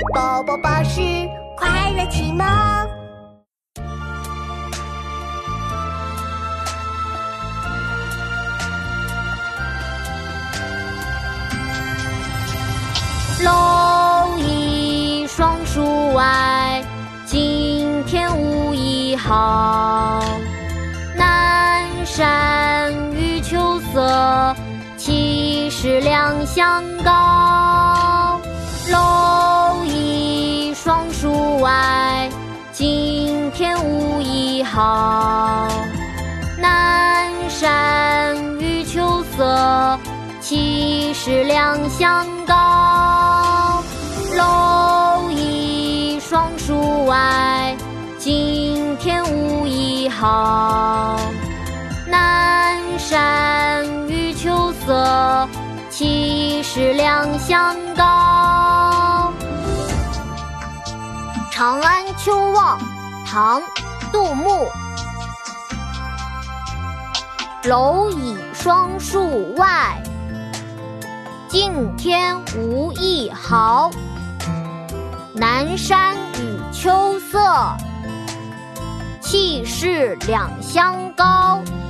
宝宝巴士快乐启蒙。 蝼蚁双树外，今天无一好。南山欲秋色，其实两相高。蝼蚁双树外，今天无一好。南山欲秋色，其实两相高。蝼蚁双树外，今天无一好。南山欲秋色，其实两相高。 《长安秋望》唐·杜牧。蝼蚁双树外，今天无一好。南山与秋色，气势两相高。